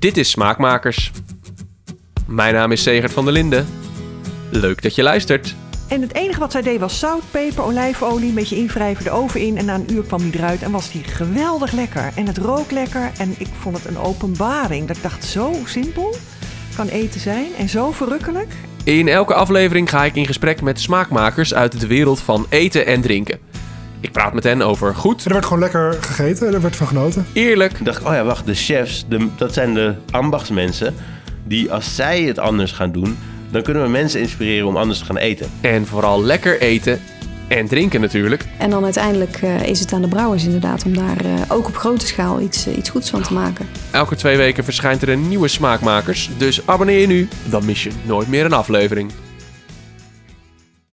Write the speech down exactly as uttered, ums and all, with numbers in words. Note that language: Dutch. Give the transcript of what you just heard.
Dit is Smaakmakers. Mijn naam is Segert van der Linden. Leuk dat je luistert. En het enige wat zij deed was zout, peper, olijfolie, een beetje invrijven, de oven in. En na een uur kwam die eruit en was die geweldig lekker. En het rook lekker en ik vond het een openbaring. Dat ik dacht, zo simpel kan eten zijn en zo verrukkelijk. In elke aflevering ga ik in gesprek met smaakmakers uit de wereld van eten en drinken. Ik praat met hen over goed. Er werd gewoon lekker gegeten, er werd van genoten. Eerlijk. Ik dacht, oh ja, wacht, de chefs, de, dat zijn de ambachtsmensen die als zij het anders gaan doen, dan kunnen we mensen inspireren om anders te gaan eten. En vooral lekker eten en drinken natuurlijk. En dan uiteindelijk uh, is het aan de brouwers inderdaad om daar uh, ook op grote schaal iets, uh, iets goeds van te maken. Elke twee weken verschijnt er een nieuwe Smaakmakers, dus abonneer je nu, dan mis je nooit meer een aflevering.